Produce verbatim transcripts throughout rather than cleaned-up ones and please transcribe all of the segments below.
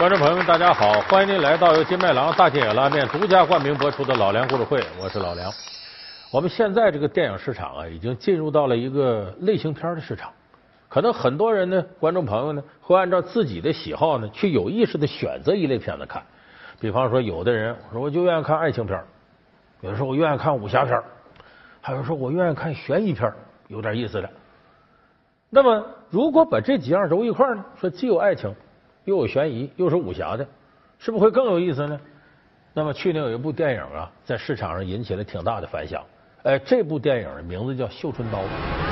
观众朋友们，大家好！欢迎您来到由金麦郎大金野拉面独家冠名播出的《老梁故事会》，我是老梁。我们现在这个电影市场啊，已经进入到了一个类型片的市场。可能很多人呢，观众朋友呢，会按照自己的喜好呢，去有意识的选择一类片子看。比方说，有的人说我就愿意看爱情片，有的时候我愿意看武侠片，还有说我愿意看悬疑片，有点意思的。那么，如果把这几样揉一块呢，说既有爱情，又有悬疑，又是武侠的，是不是会更有意思呢？那么去年有一部电影啊，在市场上引起了挺大的反响。哎，这部电影的名字叫《绣春刀》。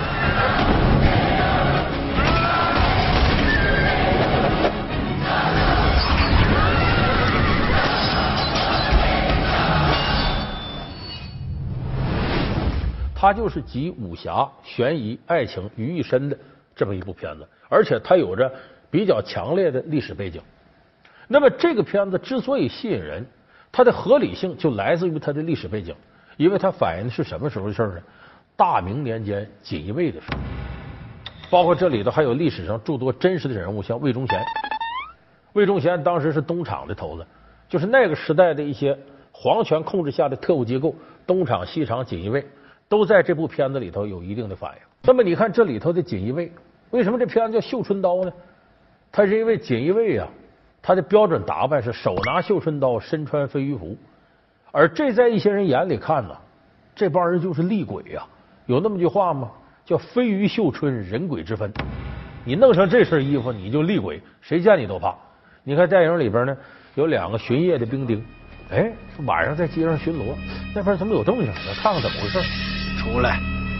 它就是集武侠、悬疑、爱情于一身的这么一部片子，而且它有着比较强烈的历史背景。那么这个片子之所以吸引人，它的合理性就来自于它的历史背景，因为它反映的是什么时候的事呢？大明年间锦衣卫的事，包括这里头还有历史上诸多真实的人物，像魏忠贤。魏忠贤当时是东厂的头子，就是那个时代的一些皇权控制下的特务机构，东厂、西厂、锦衣卫都在这部片子里头有一定的反映。那么你看这里头的锦衣卫，为什么这片子叫绣春刀呢？他是因为锦衣卫啊，他的标准打扮是手拿绣春刀，身穿飞鱼服，而这在一些人眼里看呢，这帮人就是厉鬼呀、啊。有那么句话吗？叫飞鱼绣春，人鬼之分。你弄上这身衣服，你就厉鬼，谁见你都怕。你看电影里边呢，有两个巡夜的兵丁，哎，晚上在街上巡逻，那边怎么有动静？我看看怎么回事。出来。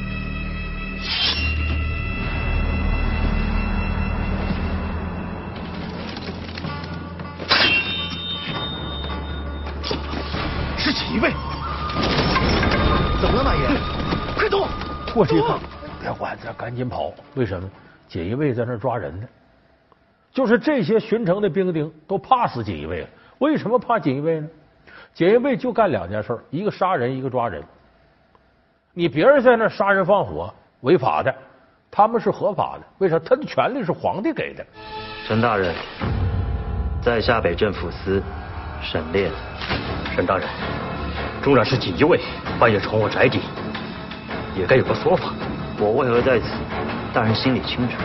是锦衣卫，怎么了，马爷？快动！ 过去一看，别管，咱赶紧跑。为什么？锦衣卫在那抓人呢。就是这些巡城的兵丁都怕死锦衣卫了。为什么怕锦衣卫呢？锦衣卫就干两件事，一个杀人，一个抓人。你别人在那杀人放火违法的，他们是合法的。为啥？他的权利是皇帝给的。 陈大人，在下北镇抚司沈炼。 沈大人，中然是锦衣卫，半夜闯我宅邸，也该有个说法。 我为何在此，大人心里清楚。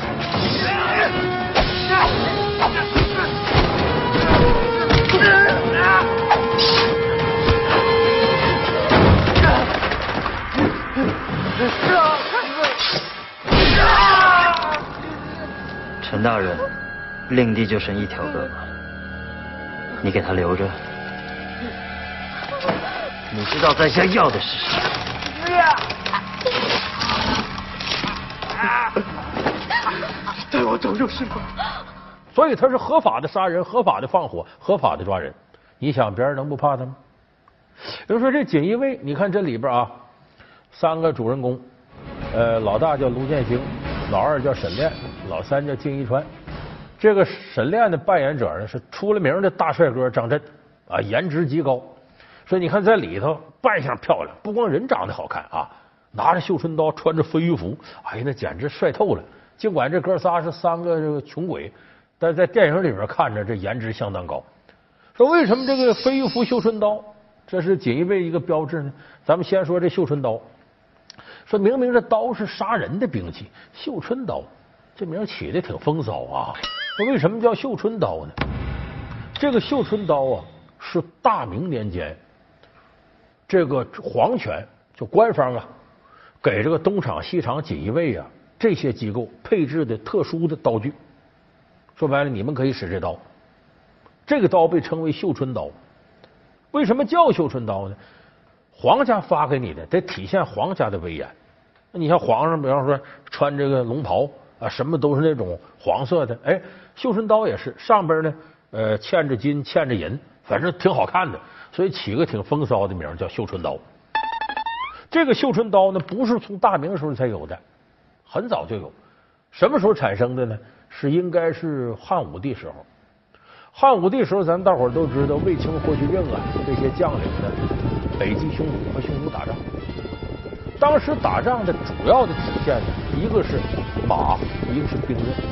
陈大人，令弟就剩一条胳膊，你给他留着。你知道在下要的是什么？ 带我走就是了。 所以他是合法的杀人，合法的放火，合法的抓人。你想别人能不怕他吗？比如说这锦衣卫，你看这里边啊，三个主人公，呃，老大叫卢建兴，老二叫沈炼，老三叫敬一川。这个沈炼的扮演者呢是出了名的大帅哥张震啊，颜值极高。所以你看在里头扮相漂亮，不光人长得好看啊，拿着绣春刀，穿着飞鱼服，哎呀，那简直帅透了。尽管这哥仨是三个这个穷鬼，但在电影里边看着这颜值相当高。说为什么这个飞鱼服绣春刀，这是锦衣卫一个标志呢？咱们先说这绣春刀，说明明这刀是杀人的兵器，绣春刀这名起的挺风骚啊。说为什么叫绣春刀呢？这个绣春刀啊，是大明年间这个皇权就官方啊，给这个东厂、西厂、锦衣卫啊这些机构配置的特殊的刀具。说白了，你们可以使这刀。这个刀被称为绣春刀。为什么叫绣春刀呢？皇家发给你的，得体现皇家的威严。你像皇上，比方说穿这个龙袍啊，什么都是那种黄色的。哎，绣春刀也是，上边呢呃嵌着金，嵌着银，反正挺好看的。所以起个挺风骚的名叫绣春刀。这个绣春刀呢，不是从大明时候才有的，很早就有。什么时候产生的呢？是应该是汉武帝时候。汉武帝时候，咱大伙儿都知道卫青、霍去病啊这些将领呢，北击匈奴和匈奴打仗。当时打仗的主要的体现呢，一个是马，一个是兵刃。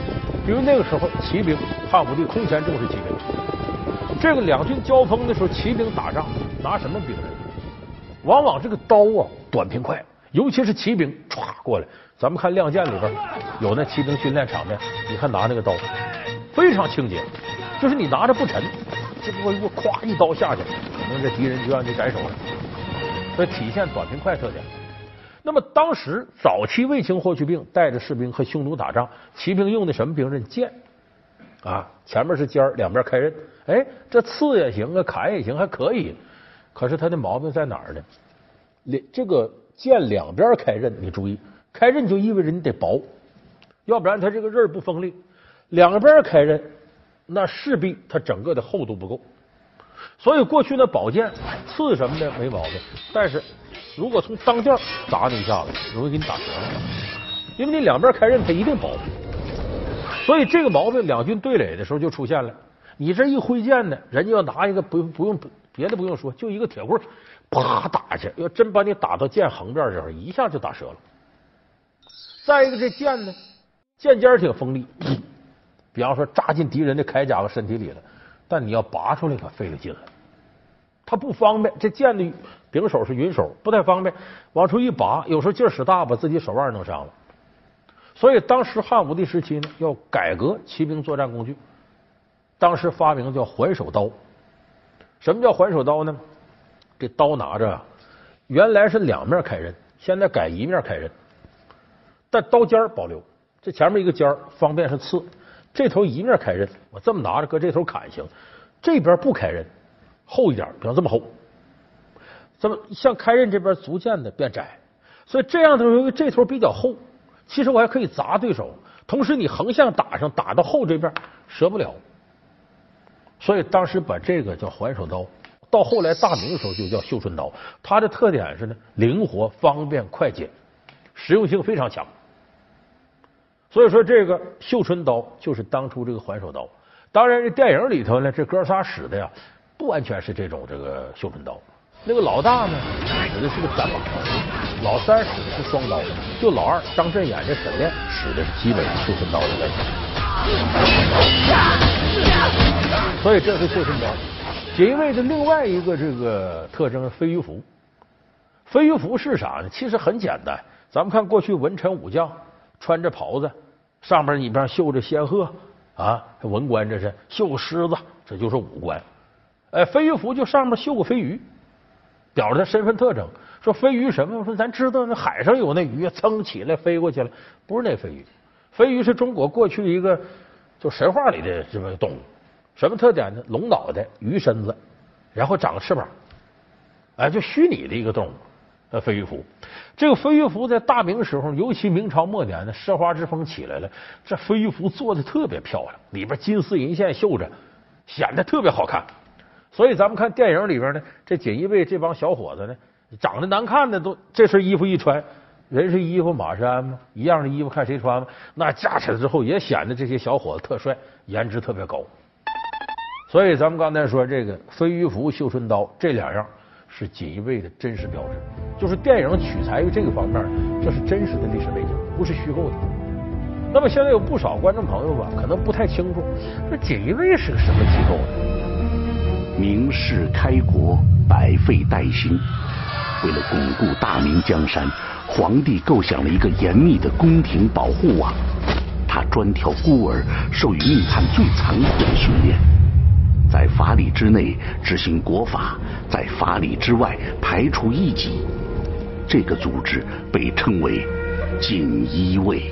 因为那个时候骑兵，汉武帝空前重视骑兵。这个两军交锋的时候，骑兵打仗拿什么兵刃？往往这个刀啊短平快，尤其是骑兵歘过来。咱们看《亮剑》里边有那骑兵训练场面，你看拿那个刀非常轻捷，就是你拿着不沉，这不过咵一刀下去，可能这敌人就让你斩首了。所以体现短平快特点。那么当时早期卫青霍去病带着士兵和匈奴打仗，骑兵用的什么兵刃？剑啊，前面是尖儿，两边开刃。哎，这刺也行啊，砍也行，还可以。可是他的毛病在哪儿呢？两这个剑两边开刃，你注意，开刃就意味着你得薄，要不然它这个刃不锋利。两边开刃，那势必它整个的厚度不够。所以过去的宝剑刺什么的没毛病，但是如果从当间砸你一下子，容易给你打折了，因为你两边开刃它一定薄。所以这个毛病两军对垒的时候就出现了。你这一挥剑呢，人家要拿一个不用不用别的不用说，就一个铁棍，啪打去，要真把你打到剑横边这儿，一下就打折了。再一个，这剑呢，剑尖挺锋利，比方说扎进敌人的铠甲和身体里了，但你要拔出来可费了劲了，它不方便。这剑的柄手是云手，不太方便，往出一拔，有时候劲儿使大，把自己手腕弄伤了。所以当时汉武帝时期呢，要改革骑兵作战工具。当时发明叫环手刀。什么叫环手刀呢？这刀拿着原来是两面开刃，现在改一面开刃，但刀尖保留，这前面一个尖方便是刺，这头一面开刃，我这么拿着搁这头砍行，这边不开刃，厚一点，比方这么厚，这么像开刃这边逐渐的变窄，所以这样的时候，因为这头比较厚，其实我还可以砸对手，同时你横向打上，打到后这边折不了。所以当时把这个叫环手刀，到后来大明的时候就叫绣春刀。它的特点是呢，灵活、方便、快捷，实用性非常强。所以说这个绣春刀就是当初这个环手刀。当然，这电影里头呢，这哥仨使的呀，不完全是这种这个绣春刀。那个老大呢，使的是个斩马刀；老三使的是双刀；就老二张震演这沈炼使的是基本是绣春刀的类型。所以这是绣春刀。锦衣卫的另外一个这个特征是飞鱼服。飞鱼服是啥呢？其实很简单，咱们看过去文臣武将穿着袍子，上边你边绣着仙鹤啊，文官这是绣个狮子，这就是武官。哎，飞鱼服就上面绣个飞鱼，表示他身份特征。说飞鱼什么？我说咱知道那海上有那鱼，噌起来飞过去了，不是那飞鱼。飞鱼是中国过去一个就神话里的这么个动物。什么特点呢？龙脑袋，鱼身子，然后长个翅膀，哎，就虚拟的一个动物。呃，飞鱼服。这个飞鱼服在大明时候，尤其明朝末年呢，奢华之风起来了，这飞鱼服做的特别漂亮，里边金丝银线绣着，显得特别好看。所以咱们看电影里边呢，这锦衣卫这帮小伙子呢，长得难看的都这身衣服一穿，人是衣服马是鞍吗？一样的衣服看谁穿吗？那架起来之后也显得这些小伙子特帅，颜值特别高。所以咱们刚才说这个飞鱼服、绣春刀这两样是锦衣卫的真实标志，就是电影取材于这个方面，这是真实的历史背景，不是虚构的。那么现在有不少观众朋友吧，可能不太清楚，这锦衣卫是个什么机构呢？ 明世开国，百废待兴。为了巩固大明江山，皇帝构想了一个严密的宫廷保护网，他专挑孤儿，授予命汉最残酷的训练。在法理之内执行国法，在法理之外排除异己。这个组织被称为锦衣卫。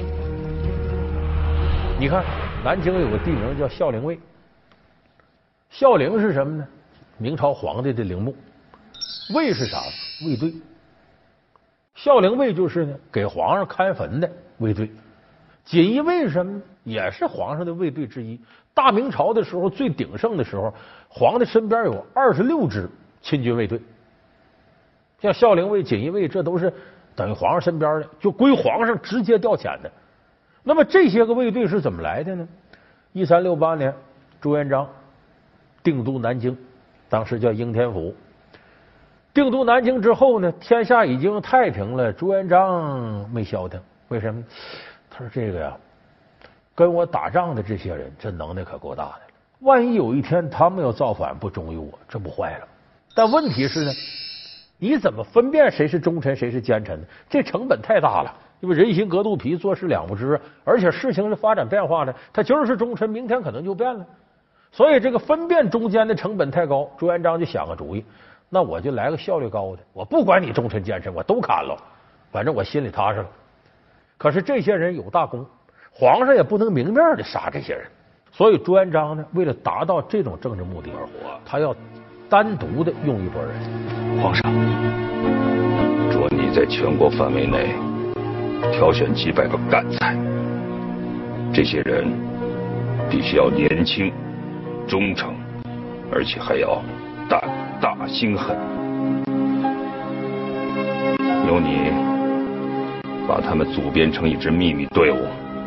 你看，南京有个地名叫孝陵卫。孝陵是什么呢？明朝皇帝的陵墓。卫是啥？卫队。孝陵卫就是呢，给皇上看坟的卫队。锦衣卫是什么呢？也是皇上的卫队之一。大明朝的时候最鼎盛的时候，皇帝身边有二十六支亲军卫队，像孝陵卫、锦衣卫，这都是等于皇上身边的，就归皇上直接调遣的。那么这些个卫队是怎么来的呢？一三六八年，朱元璋定都南京，当时叫应天府。定都南京之后呢，天下已经太平了，朱元璋没消停。为什么？他说这个呀， 跟我打仗的这些人，这能耐可够大的了。万一有一天他们要造反，不忠于我，这不坏了？但问题是呢，你怎么分辨谁是忠臣，谁是奸臣呢？这成本太大了，因为人心隔肚皮，做事两不知，而且事情是发展变化的，他今儿是忠臣，明天可能就变了。所以这个分辨中间的成本太高，朱元璋就想个主意，那我就来个效率高的，我不管你忠臣奸臣，我都砍了，反正我心里踏实了。可是这些人有大功，皇上也不能明面的杀这些人，所以朱元璋呢，为了达到这种政治目的，他要单独的用一拨人。 皇上，着你在全国范围内挑选几百个干才，这些人必须要年轻、忠诚，而且还要胆大心狠。由你把他们组编成一支秘密队伍，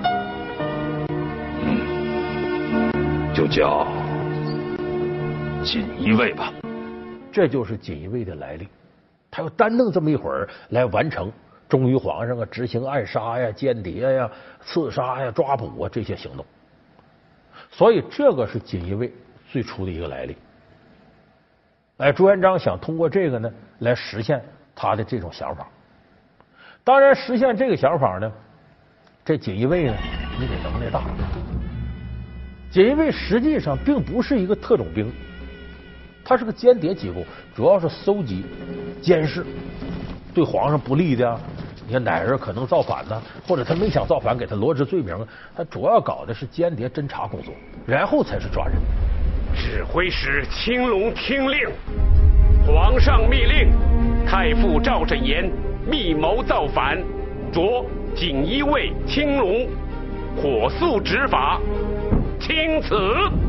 嗯，就叫锦衣卫吧。 这就是锦衣卫的来历，他要单弄这么一会儿来完成忠于皇上啊、执行暗杀呀、间谍呀、刺杀呀、抓捕啊这些行动。所以这个是锦衣卫最初的一个来历。哎，朱元璋想通过这个呢来实现他的这种想法。当然，实现这个想法呢，这锦衣卫呢，你得能耐大。锦衣卫实际上并不是一个特种兵，它是个间谍机构，主要是搜集、监视对皇上不利的啊。你看哪人可能造反呢？或者他没想造反，给他罗织罪名。他主要搞的是间谍侦查工作，然后才是抓人。 指挥使青龙听令，皇上密令，太傅赵振言密谋造反，着锦衣卫青龙火速执法，钦此。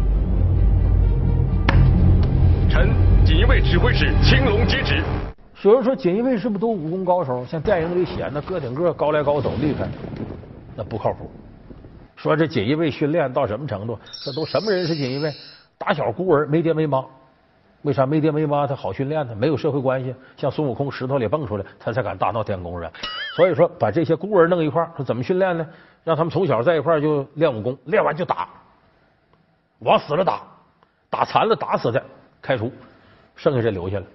臣锦衣卫指挥使青龙接旨。 有人说锦衣卫是不是都武功高手？像电影里写那个顶个高来高走厉害，那不靠谱。说这锦衣卫训练到什么程度？这都什么人是锦衣卫？打小孤儿没爹没妈，为啥没爹没妈他好训练呢？没有社会关系，像孙悟空石头里蹦出来，他才敢大闹天宫人。所以说把这些孤儿弄一块儿，说怎么训练呢？让他们从小在一块儿就练武功，练完就打，往死了打，打残了打死的开除，剩下这留下了。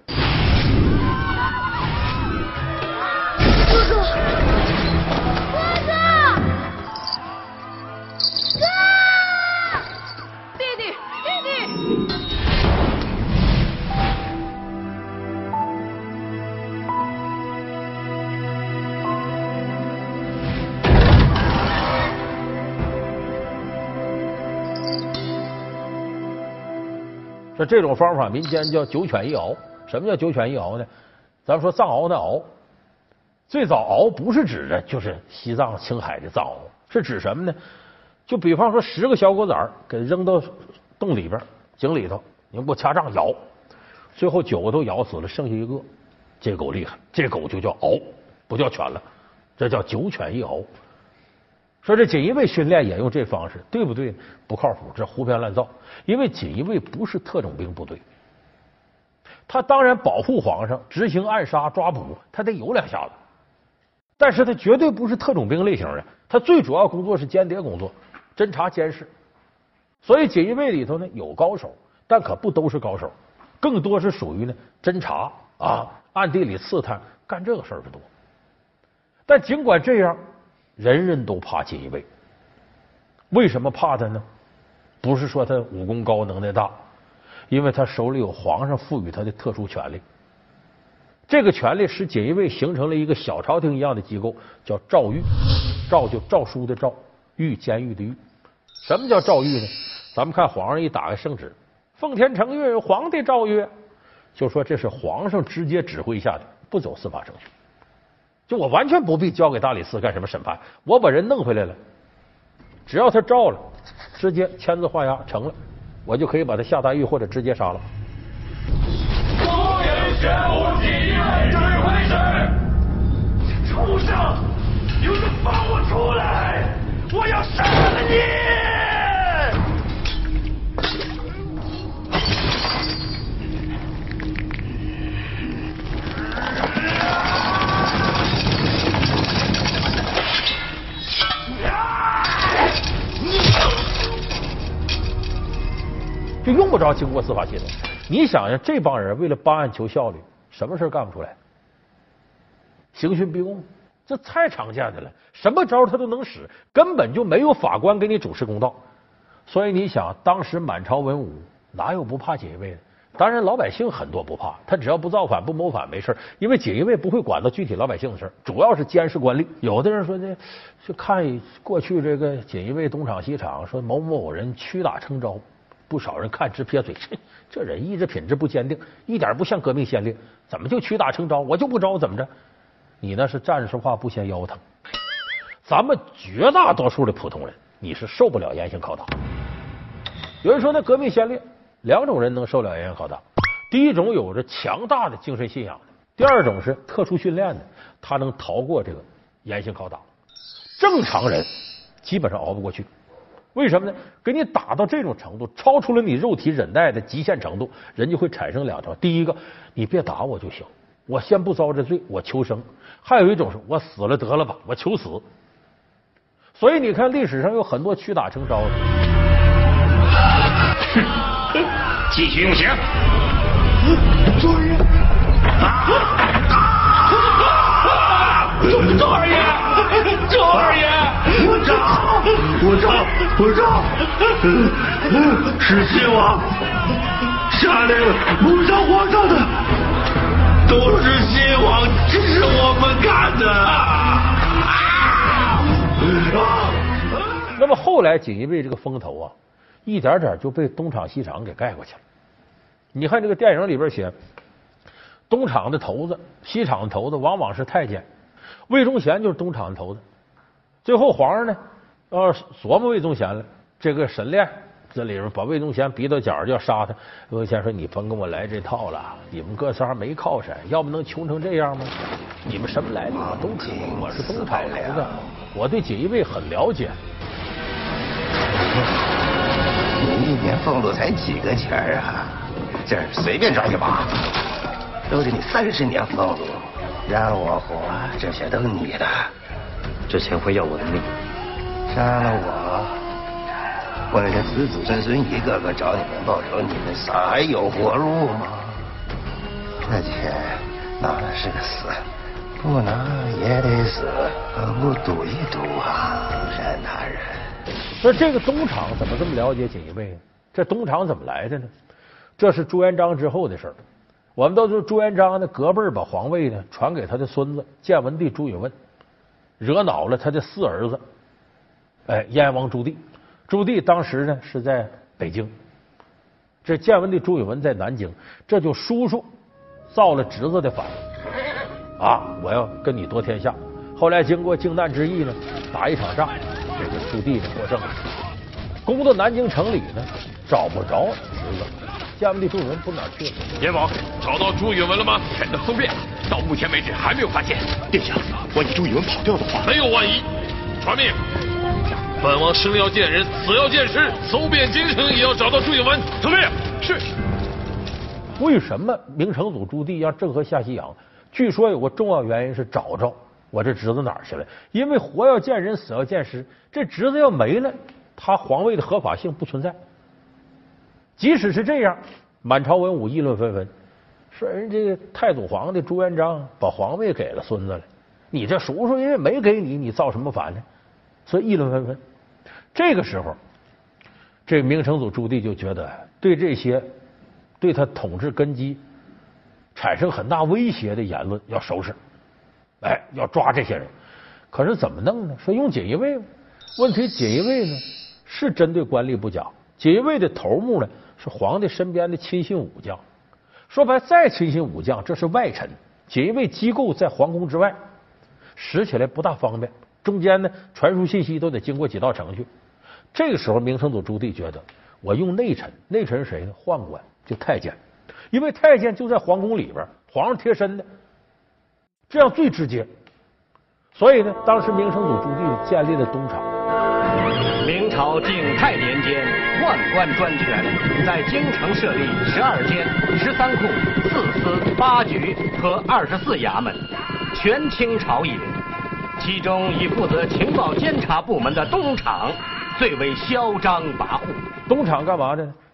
说这种方法民间叫九犬一熬。什么叫九犬一熬呢？咱们说藏獒的獒，最早熬不是指的就是西藏青海的藏獒，是指什么呢？就比方说十个小狗崽儿给扔到洞里边井里头，你们不掐杖咬，最后九个都咬死了，剩下一个，这狗厉害，这狗就叫獒，不叫犬了，这叫九犬一熬。说这锦衣卫训练也用这方式，对不对？不靠谱，这胡编乱造。因为锦衣卫不是特种兵部队，他当然保护皇上、执行暗杀、抓捕，他得有两下子，但是他绝对不是特种兵类型的。他最主要工作是间谍工作，侦查监视。所以锦衣卫里头呢有高手，但可不都是高手，更多是属于呢侦查啊，暗地里刺探，干这个事儿的多。但尽管这样，人人都怕锦衣卫。为什么怕他呢？不是说他武功高能耐大，因为他手里有皇上赋予他的特殊权力。这个权力使锦衣卫形成了一个小朝廷一样的机构，叫诏狱。诏就诏书的诏，狱监狱的狱。什么叫诏狱呢？咱们看皇上一打开圣旨，奉天承运，皇帝诏曰，就说这是皇上直接指挥下的，不走司法程序。就我完全不必交给大理寺干什么审判，我把人弄回来了，只要他诏了，直接签字画押成了，我就可以把他下大狱或者直接杀了。 公人宣布锦衣卫指挥使，畜生，你们放我出来，我要杀了你！ 不着经过司法系统。你想想，这帮人为了办案求效率，什么事干不出来？刑讯逼供，这太常见的了，什么招他都能使，根本就没有法官给你主持公道。所以你想，当时满朝文武哪有不怕锦衣卫的？当然，老百姓很多不怕，他只要不造反、不谋反没事，因为锦衣卫不会管到具体老百姓的事，主要是监视官吏。有的人说这就看过去这个锦衣卫东厂西厂，说某某某人屈打成招，不少人看直撇嘴，这这人意志品质不坚定，一点不像革命先烈，怎么就屈打成招？我就不招，怎么着？你那是战士话不嫌腰疼。咱们绝大多数的普通人，你是受不了严刑拷打。有人说那革命先烈。两种人能受了严刑拷打，第一种有着强大的精神信仰的，第二种是特殊训练的，他能逃过这个严刑拷打。正常人基本上熬不过去，为什么呢？给你打到这种程度，超出了你肉体忍耐的极限程度，人就会产生两条：第一个，你别打我就行，我先不遭这罪，我求生；还有一种是我死了得了吧，我求死。所以你看，历史上有很多屈打成招的。 继续用刑。 周二爷，周周二爷，周二爷，我找，我找，我找，是希望下令不上皇上的，都是希望，这是我们干的。 那么后来锦衣卫这个风头啊，一点点就被东厂西厂给盖过去了。你看这个电影里边写，东厂的头子、西厂的头子往往是太监，魏忠贤就是东厂的头子。最后皇上呢，要是琢磨魏忠贤了，这个沈炼这里边把魏忠贤逼到角就要杀他。魏忠贤说：“你甭跟我来这套了，你们哥仨没靠山，要不能穷成这样吗？你们什么来历我都知道，我是东厂头子，我对锦衣卫很了解。” 你一年俸禄才几个钱儿啊？这儿随便抓一把，都给你三十年俸禄，让我活，这些都你的。 这钱会要我的命。 杀了我，为了子子孙孙一个个找你们报仇，你们仨还有活路吗？这钱拿了是个死，不拿也得死，何不赌一赌啊，山大人？ 说这个东厂怎么这么了解锦衣卫呢？这东厂怎么来的呢？这是朱元璋之后的事儿。我们都知道朱元璋呢，隔辈儿把皇位呢传给他的孙子建文帝朱允炆，惹恼了他的四儿子，哎，燕王朱棣。朱棣当时呢是在北京，这建文帝朱允炆在南京，这就叔叔造了侄子的反啊！我要跟你夺天下。后来经过靖难之役呢，打一场仗，这个朱棣呢获胜了，攻到南京城里呢，找不着侄子。建文帝朱允炆不知哪去了。 燕王找到朱允炆了吗？臣的搜遍，到目前为止还没有发现。 殿下，万一朱允炆跑掉的话， 没有万一。传命，本王生要见人，死要见尸，搜遍京城也要找到朱允炆。遵命。是。 为什么明成祖朱棣让郑和下西洋？据说有个重要原因是找着我这侄子哪儿去了？因为活要见人，死要见尸，这侄子要没了，他皇位的合法性不存在。即使是这样，满朝文武议论纷纷，说人这个太祖皇帝朱元璋把皇位给了孙子了，你这叔叔因为没给你，你造什么反呢？所以议论纷纷。这个时候，这明成祖朱棣就觉得对这些对他统治根基产生很大威胁的言论要收拾，哎，要抓这些人。可是怎么弄呢？说用锦衣卫吗？问题锦衣卫呢是针对官吏不假，锦衣卫的头目呢是皇帝身边的亲信武将。说白，再亲信武将，这是外臣。锦衣卫机构在皇宫之外，使起来不大方便，中间呢传输信息都得经过几道程序。这个时候，明成祖朱棣觉得，我用内臣，内臣是谁呢？宦官，就太监，因为太监就在皇宫里边，皇上贴身的，这样最直接。所以呢，当时明成祖朱棣建立了东厂。 明朝景泰年间，宦官专权，在京城设立十二监、十三库、四司、八局和二十四衙门，权倾朝野。其中以负责情报监察部门的东厂最为嚣张跋扈。 东厂干嘛的呢？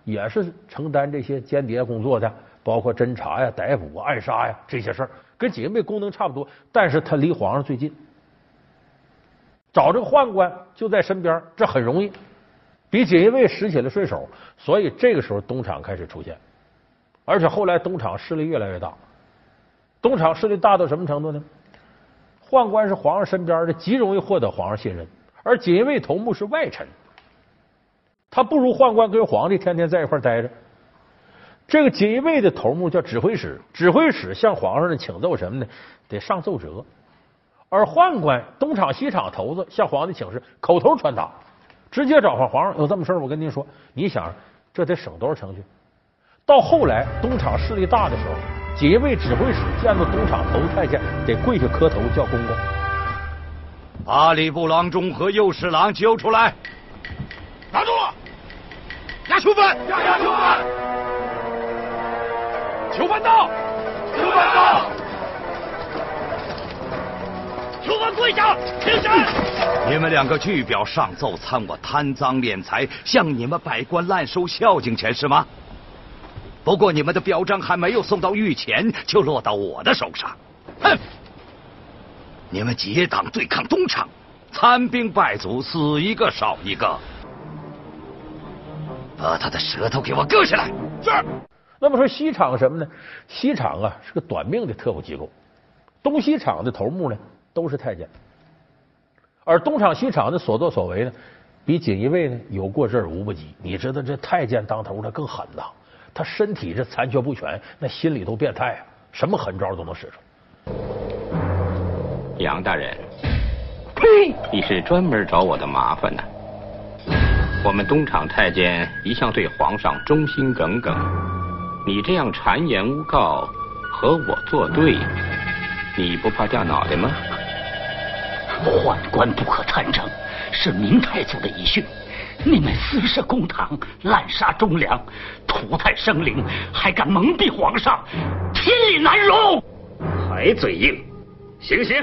也是承担这些间谍工作的，包括侦查呀、逮捕啊、暗杀呀这些事儿，跟锦衣卫功能差不多，但是他离皇上最近，找这个宦官就在身边，这很容易，比锦衣卫使起来顺手。所以这个时候东厂开始出现，而且后来东厂势力越来越大。东厂势力大到什么程度呢？宦官是皇上身边的，极容易获得皇上信任，而锦衣卫头目是外臣，他不如宦官跟皇帝天天在一块待着。这个锦衣卫的头目叫指挥使，指挥使向皇上呢请奏什么呢？得上奏折。而宦官东厂西厂头子向皇帝请示，口头传达，直接找上皇上，有这么事儿，我跟您说。你想这得省多少程序？到后来东厂势力大的时候，锦衣卫指挥使见到东厂头子太监得跪下磕头叫公公。 把礼部郎中和右侍郎揪出来。 拿住！押囚犯！ 押押囚犯！ 囚犯到！ 囚犯到！ 囚犯跪下！停审！ 你们两个据表上奏参我贪赃敛财，向你们百官滥收孝敬钱是吗？不过你们的表彰还没有送到御前，就落到我的手上。哼！你们结党对抗东厂，残兵败卒，死一个少一个。把他的舌头给我割下来！ 是。 那么说西厂什么呢？西厂啊是个短命的特务机构，东西厂的头目呢都是太监，而东厂西厂的所作所为呢，比锦衣卫呢有过之而无不及。你知道这太监当头的更狠呐，他身体这残缺不全，那心里都变态啊，什么狠招都能使出来。 杨大人，呸！你是专门找我的麻烦呢。我们东厂太监一向对皇上忠心耿耿，你这样谗言诬告，和我作对，你不怕掉脑袋吗？ 宦官不可参政，是明太祖的遗训。你们私设公堂，滥杀忠良，涂炭生灵，还敢蒙蔽皇上，天理难容！ 还嘴硬，行刑！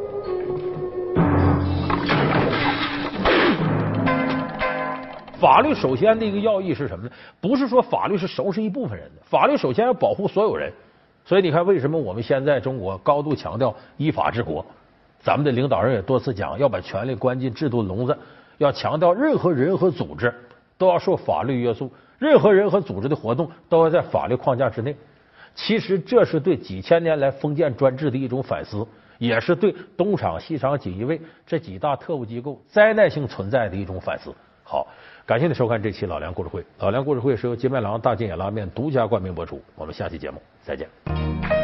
法律首先的一个要义是什么呢？不是说法律是收拾一部分人的，法律首先要保护所有人。所以你看，为什么我们现在中国高度强调依法治国？咱们的领导人也多次讲，要把权力关进制度笼子，要强调任何人和组织都要受法律约束，任何人和组织的活动都要在法律框架之内。其实这是对几千年来封建专制的一种反思，也是对东厂、西厂、锦衣卫这几大特务机构灾难性存在的一种反思。好，感谢您收看这期老梁故事会。老梁故事会是由金麦郎大金眼拉面独家冠名播出。我们下期节目再见。